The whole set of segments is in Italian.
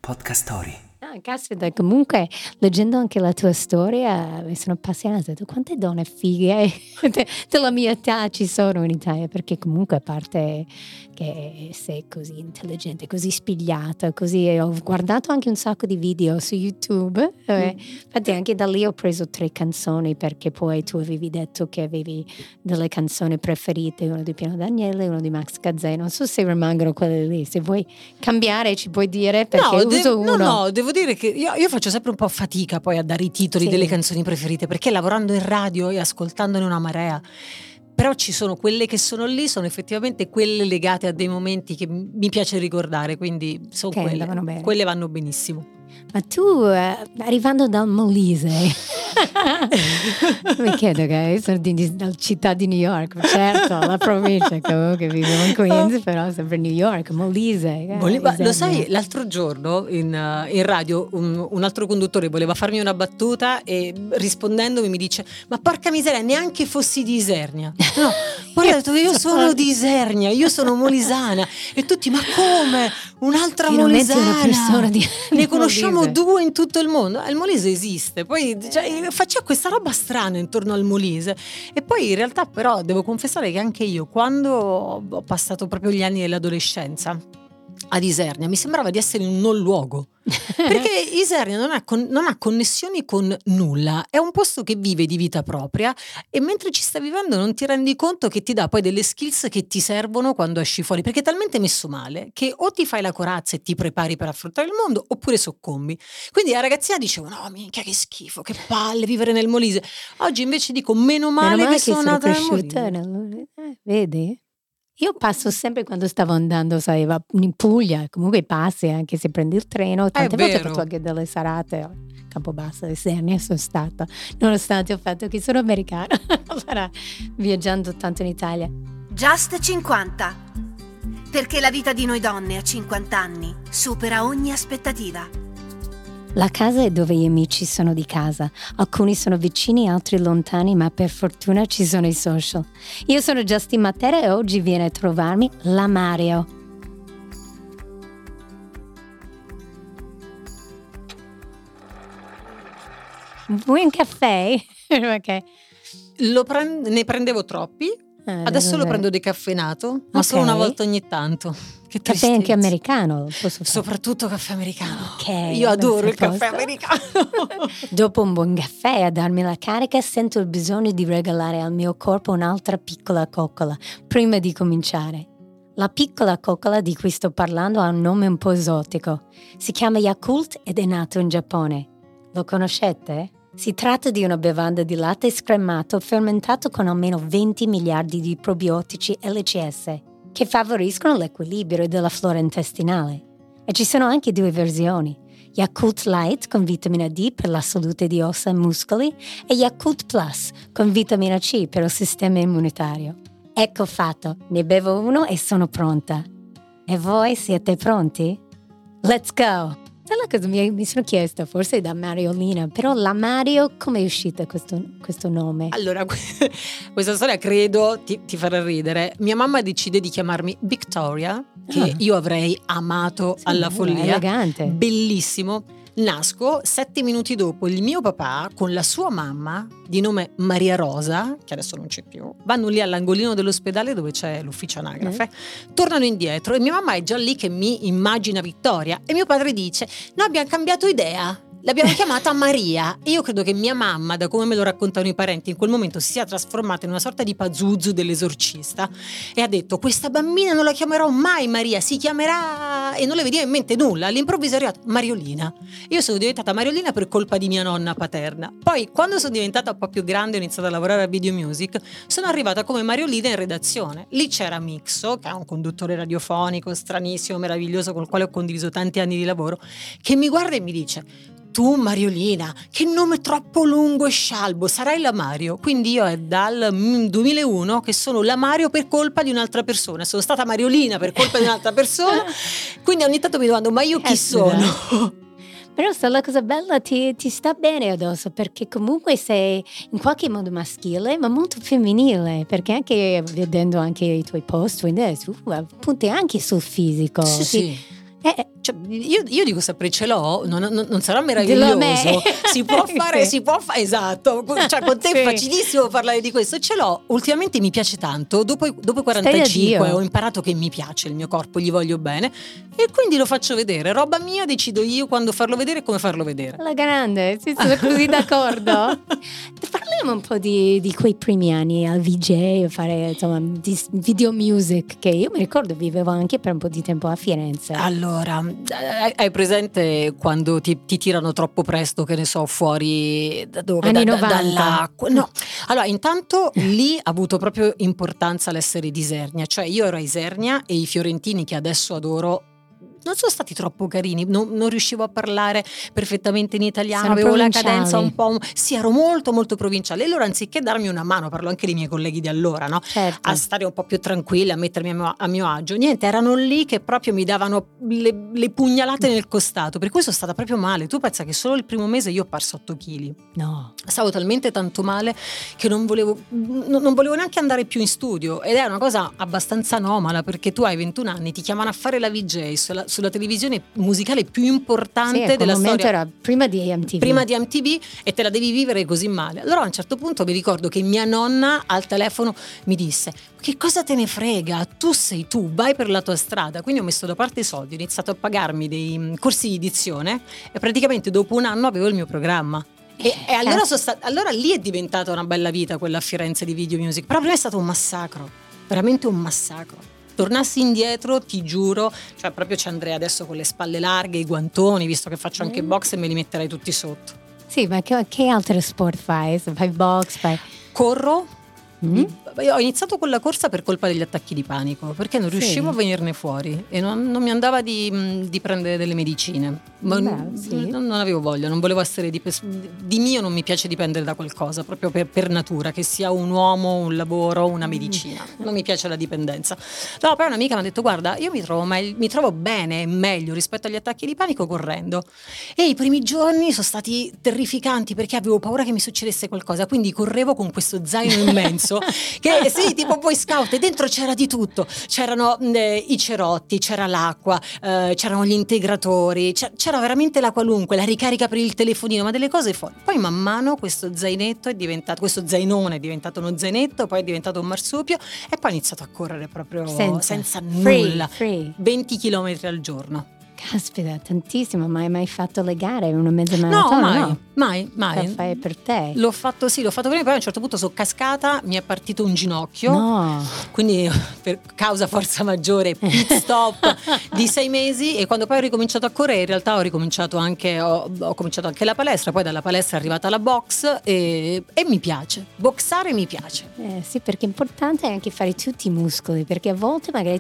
Podcast Story. Caspita, comunque leggendo anche la tua storia mi sono appassionata. Ho detto, quante donne fighe della mia età ci sono in Italia, perché comunque a parte che sei così intelligente, così spigliata, così ho guardato anche un sacco di video su YouTube, infatti anche da lì ho preso 3 canzoni, perché poi tu avevi detto che avevi delle canzoni preferite, uno di Pino Daniele e uno di Max Gazzè. Non so se rimangono quelle lì, se vuoi cambiare ci puoi dire, perché uso uno. No, devo dire che io faccio sempre un po' fatica poi a dare i titoli delle canzoni preferite, perché lavorando in radio e ascoltandone una marea, però ci sono quelle che sono lì, sono effettivamente quelle legate a dei momenti che mi piace ricordare, quindi sono quelle vanno benissimo. Ma tu, arrivando dal Molise, mi chiedo che sono dalla città di New York, certo, la provincia, comunque vivo in Queens, però sempre New York, Molise. Lo sai, l'altro giorno in radio un altro conduttore voleva farmi una battuta e rispondendomi mi dice: ma porca miseria, neanche fossi di Isernia. No, guarda, ho detto, io sono di Isernia, io sono molisana. E tutti, ma come? Un'altra molisana? Ne conosciamo 2 in tutto il mondo. Il Molise esiste, poi faceva questa roba strana intorno al Molise. E poi in realtà però devo confessare che anche io, quando ho passato proprio gli anni dell'adolescenza ad Isernia, mi sembrava di essere in un non luogo, perché Isernia non ha connessioni con nulla, è un posto che vive di vita propria e mentre ci sta vivendo non ti rendi conto che ti dà poi delle skills che ti servono quando esci fuori, perché è talmente messo male che o ti fai la corazza e ti prepari per affrontare il mondo oppure soccombi. Quindi la ragazzina dicevo: no minchia, che schifo, che palle vivere nel Molise. Oggi invece dico meno male che sono nata nel Molise. Vedi? Io passo sempre quando stavo andando, sai, in Puglia, comunque passi anche se prendi il treno, tante volte ho fatto anche delle serate a Campobasso, Isernia sono stata, nonostante il fatto che sono americana, viaggiando tanto in Italia. Just 50, perché la vita di noi donne a 50 anni supera ogni aspettativa. La casa è dove gli amici sono di casa, alcuni sono vicini, altri lontani, ma per fortuna ci sono i social. Io sono Justin Matera e oggi viene a trovarmi la Mario. Vuoi un caffè? Ok. Ne prendevo troppi. Adesso lo prendo decaffeinato, ma solo una volta ogni tanto. Che caffè anche americano? Soprattutto caffè americano. Okay, io adoro il caffè americano. Dopo un buon caffè a darmi la carica sento il bisogno di regalare al mio corpo un'altra piccola coccola prima di cominciare. La piccola coccola di cui sto parlando ha un nome un po' esotico. Si chiama Yakult ed è nato in Giappone. Lo conoscete? Si tratta di una bevanda di latte scremato fermentato con almeno 20 miliardi di probiotici LCS che favoriscono l'equilibrio della flora intestinale. E ci sono anche 2 versioni: Yakult Light con vitamina D per la salute di ossa e muscoli e Yakult Plus con vitamina C per il sistema immunitario. Ecco fatto, ne bevo uno e sono pronta. E voi siete pronti? Let's go! Sai la cosa mi sono chiesta, forse da Mariolina, però la Mario, come è uscita questo nome? Allora, questa storia credo ti farà ridere. Mia mamma decide di chiamarmi Victoria, che io avrei amato alla follia. Elegante. Bellissimo. Nasco 7 minuti dopo, il mio papà con la sua mamma di nome Maria Rosa, che adesso non c'è più, vanno lì all'angolino dell'ospedale dove c'è l'ufficio anagrafe, tornano indietro e mia mamma è già lì che mi immagina Vittoria e mio padre dice: no, abbiamo cambiato idea, l'abbiamo chiamata Maria. E io credo che mia mamma, da come me lo raccontano i parenti, in quel momento si sia trasformata in una sorta di Pazuzu dell'esorcista e ha detto: questa bambina non la chiamerò mai Maria, si chiamerà, e non le veniva in mente nulla, all'improvviso è arrivata Mariolina. Io sono diventata Mariolina per colpa di mia nonna paterna. Poi quando sono diventata un po' più grande e ho iniziato a lavorare a Video Music, sono arrivata come Mariolina in redazione. Lì c'era Mixo, che è un conduttore radiofonico stranissimo, meraviglioso, con il quale ho condiviso tanti anni di lavoro, che mi guarda e mi dice: tu Mariolina, che nome troppo lungo e scialbo, sarai la Mario. Quindi io è dal 2001 che sono la Mario per colpa di un'altra persona. Sono stata Mariolina per colpa di un'altra persona. Quindi ogni tanto mi domando: ma io chi sono? Però la cosa bella ti sta bene addosso, perché comunque sei in qualche modo maschile ma molto femminile, perché anche vedendo anche i tuoi post punti anche sul fisico. Sì. Cioè, io dico sempre ce l'ho, non sarà meraviglioso, si può fare, esatto, cioè con te è facilissimo parlare di questo, ce l'ho, ultimamente mi piace tanto, dopo i 45 ho imparato che mi piace il mio corpo, gli voglio bene e quindi lo faccio vedere, roba mia, decido io quando farlo vedere e come farlo vedere. La grande, sì, sono così d'accordo. Parliamo un po' di quei primi anni al VJ, fare insomma di video music, che io mi ricordo vivevo anche per un po' di tempo a Firenze. Allora, hai presente quando ti tirano troppo presto, che ne so, fuori da dove? Anni 90. Dall'acqua? No, allora intanto lì ha avuto proprio importanza l'essere di Isernia, cioè io ero a Isernia e i fiorentini che adesso adoro non sono stati troppo carini, non riuscivo a parlare perfettamente in italiano, avevo la cadenza un po', sì, ero molto molto provinciale e loro anziché darmi una mano, parlo anche dei miei colleghi di allora, no? Certo. A stare un po' più tranquilla, a mettermi a mio agio, niente, erano lì che proprio mi davano le pugnalate nel costato, per cui sono stata proprio male. Tu pensa che solo il primo mese io ho perso 8 kg. No. Stavo talmente tanto male che non volevo neanche andare più in studio, ed è una cosa abbastanza anomala perché tu hai 21 anni, ti chiamano a fare la VJ sulla televisione musicale più importante della storia. Era prima di MTV e te la devi vivere così male. Allora a un certo punto mi ricordo che mia nonna al telefono mi disse: che cosa te ne frega, tu sei tu, vai per la tua strada. Quindi ho messo da parte i soldi, ho iniziato a pagarmi dei corsi di dizione e praticamente dopo un anno avevo il mio programma. E allora lì è diventata una bella vita quella a Firenze di video music, però per me è stato un massacro, veramente un massacro. Tornassi indietro, ti giuro, cioè proprio ci andrei adesso con le spalle larghe, i guantoni, visto che faccio anche box, e me li metterei tutti sotto. Sì, ma che altro sport fai? Fai box? Corro. Io ho iniziato con la corsa per colpa degli attacchi di panico, perché non riuscivo a venirne fuori e non mi andava di prendere delle medicine. Ma non avevo voglia, non volevo essere di mio, non mi piace dipendere da qualcosa, proprio per natura, che sia un uomo, un lavoro, una medicina. Non mi piace la dipendenza. No, poi un'amica mi ha detto: guarda, io mi trovo bene, meglio rispetto agli attacchi di panico correndo. E i primi giorni sono stati terrificanti perché avevo paura che mi succedesse qualcosa, quindi correvo con questo zaino immenso che sì, tipo Boy Scout, e dentro c'era di tutto, c'erano i cerotti, c'era l'acqua, c'erano gli integratori, c'era veramente la qualunque, la ricarica per il telefonino, ma delle cose fuori. Poi man mano questo zainone è diventato uno zainetto, poi è diventato un marsupio e poi ho iniziato a correre proprio senza nulla, 20 km al giorno. Caspita, tantissimo. Ma hai mai fatto le gare? Una mezza maratona? No, mai. Lo fai per te? L'ho fatto prima, poi a un certo punto sono cascata, mi è partito un ginocchio. No. Quindi per causa forza maggiore, pit stop di 6 mesi, e quando poi ho ricominciato a correre, in realtà ho cominciato anche la palestra, poi dalla palestra è arrivata la box e mi piace. Boxare mi piace. Sì, perché è importante anche fare tutti i muscoli, perché a volte magari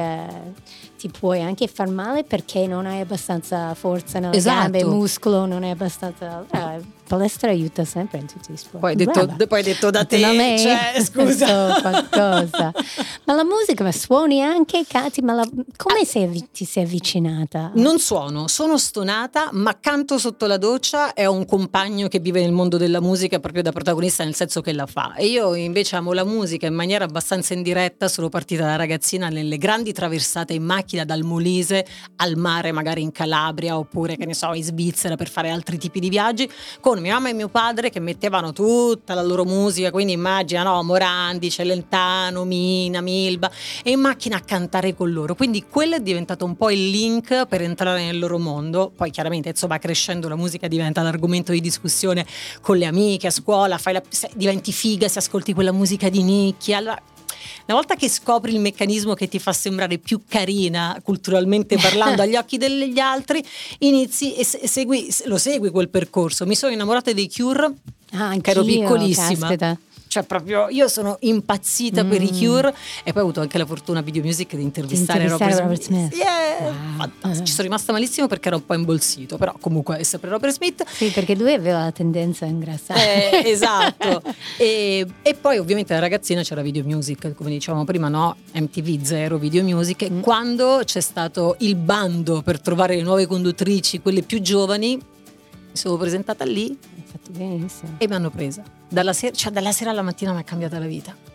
ti puoi anche far male perché non hai abbastanza forza nelle gambe, muscolo non è abbastanza. Palestra aiuta sempre in tutti gli sport. Poi detto da te, cioè, scusa. Qualcosa. Ma la musica, ma suoni anche, canti, come ti sei avvicinata? Non suono, sono stonata, ma canto sotto la doccia e ho un compagno che vive nel mondo della musica proprio da protagonista, nel senso che la fa. E io invece amo la musica in maniera abbastanza indiretta. Sono partita da ragazzina nelle grandi traversate in macchina dal Molise al mare, magari in Calabria, oppure che ne so, in Svizzera, per fare altri tipi di viaggi, con mia mamma e mio padre che mettevano tutta la loro musica, quindi immagina, no, Morandi, Celentano, Mina, Milba, e in macchina a cantare con loro. Quindi quello è diventato un po' il link per entrare nel loro mondo. Poi chiaramente, insomma, crescendo la musica diventa l'argomento di discussione con le amiche a scuola, diventi figa se ascolti quella musica di nicchia. Allora, una volta che scopri il meccanismo che ti fa sembrare più carina culturalmente parlando agli occhi degli altri, inizi e segui quel percorso. Mi sono innamorata dei Cure, che ero piccolissima. Caspita. Cioè proprio io sono impazzita per i Cure, e poi ho avuto anche la fortuna Video Music di intervistare Robert Smith. Wow. Ci sono rimasta malissimo perché era un po' imbolsito, però comunque è sempre Robert Smith. Sì, perché lui aveva la tendenza a ingrassare. Esatto. e poi ovviamente da ragazzina c'era Video Music, come dicevamo prima, no? MTV 0 Video Music. Quando c'è stato il bando per trovare le nuove conduttrici, quelle più giovani, mi sono presentata lì. Benissimo. E mi hanno presa. Dalla sera alla mattina mi è cambiata la vita.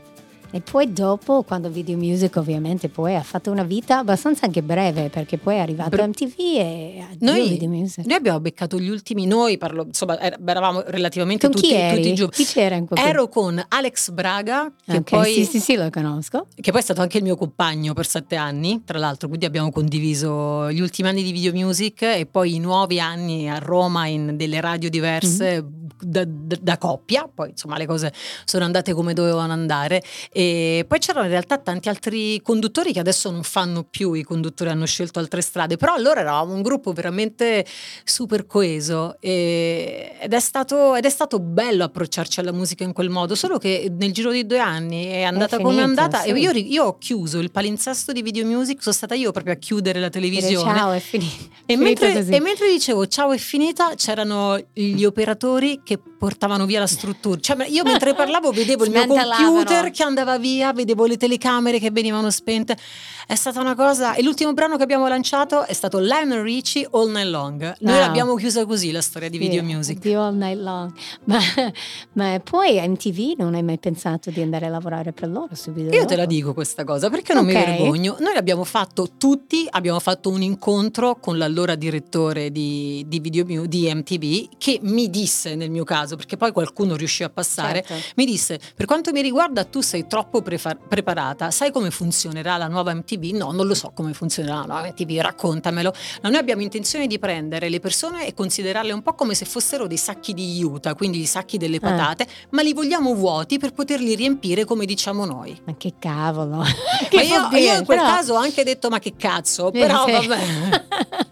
E poi dopo, quando Video Music ovviamente poi ha fatto una vita abbastanza anche breve, perché poi è arrivato MTV e addio Video Music. Noi abbiamo beccato gli ultimi, insomma eravamo relativamente con tutti giù. Chi c'era in quel Ero con Alex Braga, che poi sì, lo conosco. Che poi è stato anche il mio compagno per 7 anni, tra l'altro, quindi abbiamo condiviso gli ultimi anni di Video Music e poi i nuovi anni a Roma in delle radio diverse da coppia. Poi insomma le cose sono andate come dovevano andare. E poi c'erano in realtà tanti altri conduttori che adesso non fanno più, i conduttori hanno scelto altre strade, però allora eravamo un gruppo veramente super coeso ed è stato bello approcciarci alla musica in quel modo, solo che nel giro di 2 anni è andata come è andata. Sì. E io ho chiuso il palinsesto di Video Music, sono stata io proprio a chiudere la televisione. Ciao, è finita. E mentre dicevo ciao è finita, c'erano gli operatori che portavano via la struttura, cioè io mentre parlavo vedevo il mio computer che andava via, vedevo le telecamere che venivano spente. È stata una cosa. E l'ultimo brano che abbiamo lanciato è stato Lionel Richie, All Night Long. Noi l'abbiamo chiusa così la storia di Video Music, All Night Long. Ma poi MTV non hai mai pensato di andare a lavorare per loro subito? Io te la dico questa cosa perché non mi vergogno. Noi l'abbiamo fatto tutti, abbiamo fatto un incontro con l'allora direttore di MTV, che mi disse, nel mio caso, perché poi qualcuno riuscì a passare, mi disse: per quanto mi riguarda tu sei troppo preparata, sai come funzionerà la nuova MTV? No, non lo so come funzionerà la nuova MTV, raccontamelo. No, noi abbiamo intenzione di prendere le persone e considerarle un po' come se fossero dei sacchi di Utah, quindi i sacchi delle patate, ma li vogliamo vuoti per poterli riempire come diciamo noi. Ma che cavolo. Ma io in quel caso ho anche detto ma che cazzo, però vabbè.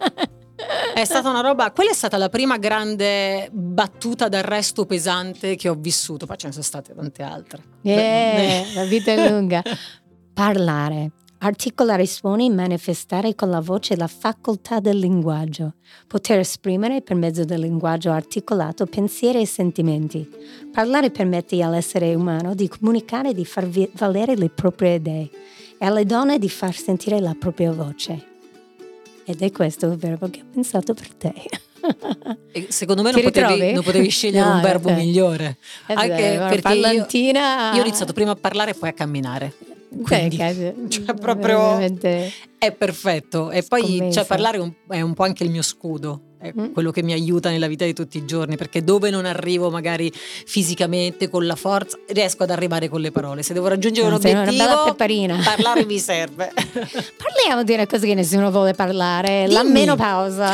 È stata una roba, quella è stata la prima grande battuta d'arresto pesante che ho vissuto, poi ce ne sono state tante altre. La vita è lunga. Parlare, articolare i suoni, manifestare con la voce la facoltà del linguaggio, poter esprimere per mezzo del linguaggio articolato pensieri e sentimenti. Parlare permette all'essere umano di comunicare e di far valere le proprie idee e alle donne di far sentire la propria voce. Ed è questo il verbo che ho pensato per te. E secondo me non potevi scegliere un verbo migliore. Anche perché io ho iniziato prima a parlare e poi a camminare. Quindi, cioè proprio è perfetto. E poi parlare è un po' anche il mio scudo. È quello che mi aiuta nella vita di tutti i giorni, perché dove non arrivo magari fisicamente con la forza, riesco ad arrivare con le parole. Se devo raggiungere un obiettivo, parlare mi serve. Parliamo di una cosa che nessuno vuole parlare. Dimmi. La menopausa.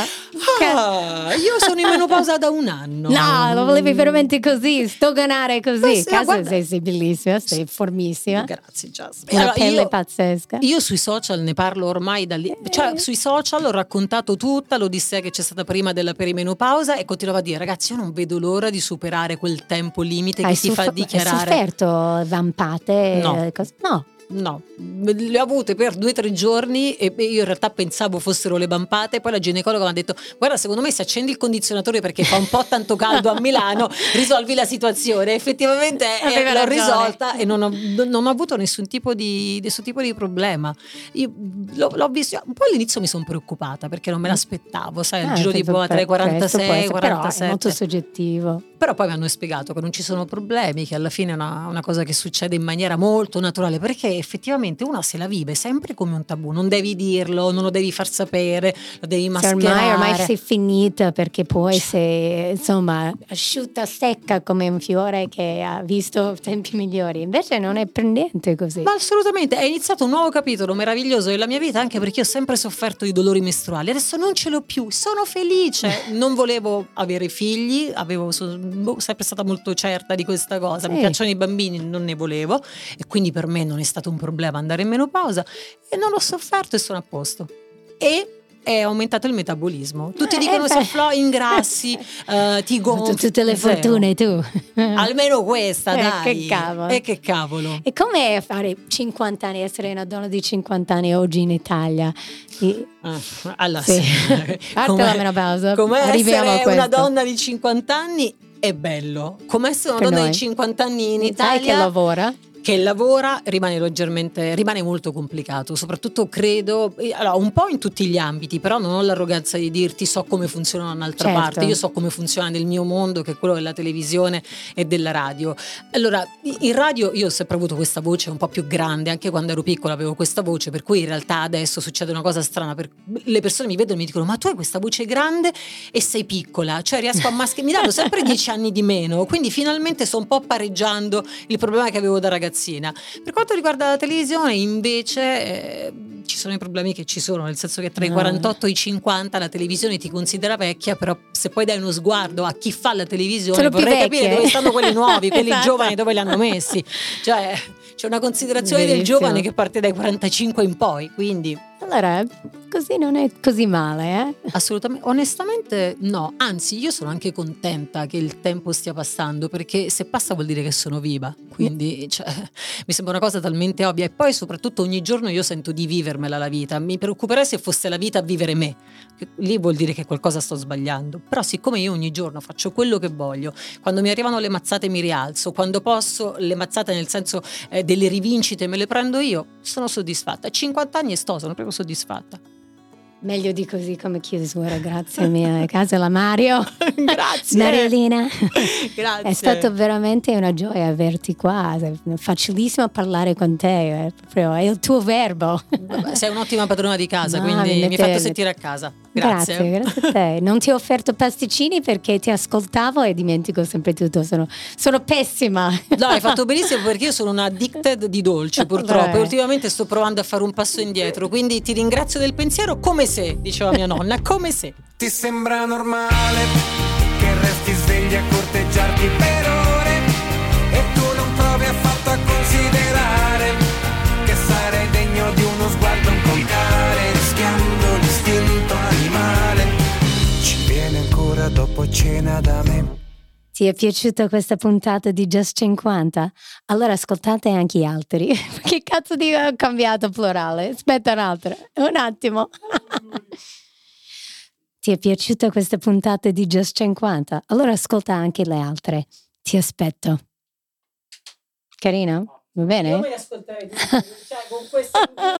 Io sono in menopausa da 1 anno. No, lo volevi veramente così, stoganare così. Sei bellissima, sei formissima. Grazie, Jasmine. Una pelle pazzesca. Io sui social ne parlo ormai da lì. Cioè sui social ho raccontato tutta l'odissea che c'è stata prima della perimenopausa e continuavo a dire: ragazzi, io non vedo l'ora di superare quel tempo limite che si fa dichiarare. Hai sofferto vampate? No, le ho avute per 2-3 giorni e io in realtà pensavo fossero le vampate. Poi la ginecologa mi ha detto: guarda, secondo me se accendi il condizionatore perché fa un po' tanto caldo a Milano risolvi la situazione. Effettivamente l'ho risolta e non ho avuto nessun tipo di problema. Io l'ho visto un po', all'inizio mi sono preoccupata perché non me l'aspettavo, sai, al giro di boa tra i 46 47. Però è molto soggettivo. Però poi mi hanno spiegato che non ci sono problemi, che alla fine è una cosa che succede in maniera molto naturale, perché effettivamente una se la vive sempre come un tabù, non devi dirlo, non lo devi far sapere, lo devi mascherare. Ormai sei finita, perché poi sei insomma asciutta, secca come un fiore che ha visto tempi migliori. Invece non è per niente così. Ma assolutamente, è iniziato un nuovo capitolo meraviglioso della mia vita, anche perché ho sempre sofferto di dolori mestruali, adesso non ce l'ho più, sono felice. Non volevo avere figli, sempre stata molto certa di questa cosa, mi piacciono i bambini, non ne volevo, e quindi per me non è stato un problema andare in menopausa e non l'ho sofferto e sono a posto. E è aumentato il metabolismo. Tutti dicono se ingrassi, ti gonfi. Tutte le fortune tu. Almeno questa, dai. Che cavolo. E che cavolo. E com'è fare 50 anni, essere una donna di 50 anni oggi in Italia? Allora, parte la menopausa. Come essere una donna di 50 anni è bello. Come essere una donna di 50 anni in Italia che lavora. che lavora rimane molto complicato, soprattutto credo, allora, un po' in tutti gli ambiti, però non ho l'arroganza di dirti so come funziona un'altra parte, io so come funziona nel mio mondo, che è quello della televisione e della radio. Allora, in radio io ho sempre avuto questa voce un po' più grande, anche quando ero piccola avevo questa voce, per cui in realtà adesso succede una cosa strana, le persone mi vedono e mi dicono ma tu hai questa voce grande e sei piccola, cioè riesco a mi danno sempre 10 anni di meno, quindi finalmente sto un po' pareggiando il problema che avevo da ragazzina. Per quanto riguarda la televisione invece ci sono i problemi che ci sono, nel senso che tra i 48 e i 50 la televisione ti considera vecchia, però se poi dai uno sguardo a chi fa la televisione vorrei capire dove stanno quelli nuovi, quelli giovani, dove li hanno messi, cioè c'è una considerazione del giovane che parte dai 45 in poi, quindi allora così non è così male, Assolutamente, onestamente no, anzi io sono anche contenta che il tempo stia passando, perché se passa vuol dire che sono viva, quindi mi sembra una cosa talmente ovvia, e poi soprattutto ogni giorno io sento di vivermela la vita, mi preoccuperei se fosse la vita a vivere me, lì vuol dire che qualcosa sto sbagliando, però siccome io ogni giorno faccio quello che voglio, quando mi arrivano le mazzate mi rialzo, quando posso le mazzate nel senso delle rivincite me le prendo io, sono soddisfatta, a 50 anni sono proprio soddisfatta. Meglio di così come chiusura, grazie mia casa la Mario. Grazie Mariolina. Grazie. È stato veramente una gioia averti qua, è facilissimo parlare con te, è il tuo verbo. Sei un'ottima padrona di casa, quindi mi hai fatto sentire a casa. Grazie a te. Non ti ho offerto pasticcini perché ti ascoltavo e dimentico sempre tutto, sono pessima. No, hai fatto benissimo, perché io sono una addicted di dolci purtroppo, e ultimamente sto provando a fare un passo indietro, quindi ti ringrazio del pensiero, come se, diceva mia nonna, come se. Ti sembra normale che resti svegli a corteggiarti per ore e tu non provi affatto a considerare che sarei degno di uno sguardo incolcare, rischiando l'istinto animale. Ci viene ancora dopo cena da me. Ti è piaciuta questa puntata di Just 50? Allora ascoltate anche gli altri. Che cazzo di ho cambiato plurale? Aspetta un attimo. Ti è piaciuta questa puntata di Just 50? Allora ascolta anche le altre. Ti aspetto. Carino? Va bene? Io me le ascolterei tutte, cioè con questo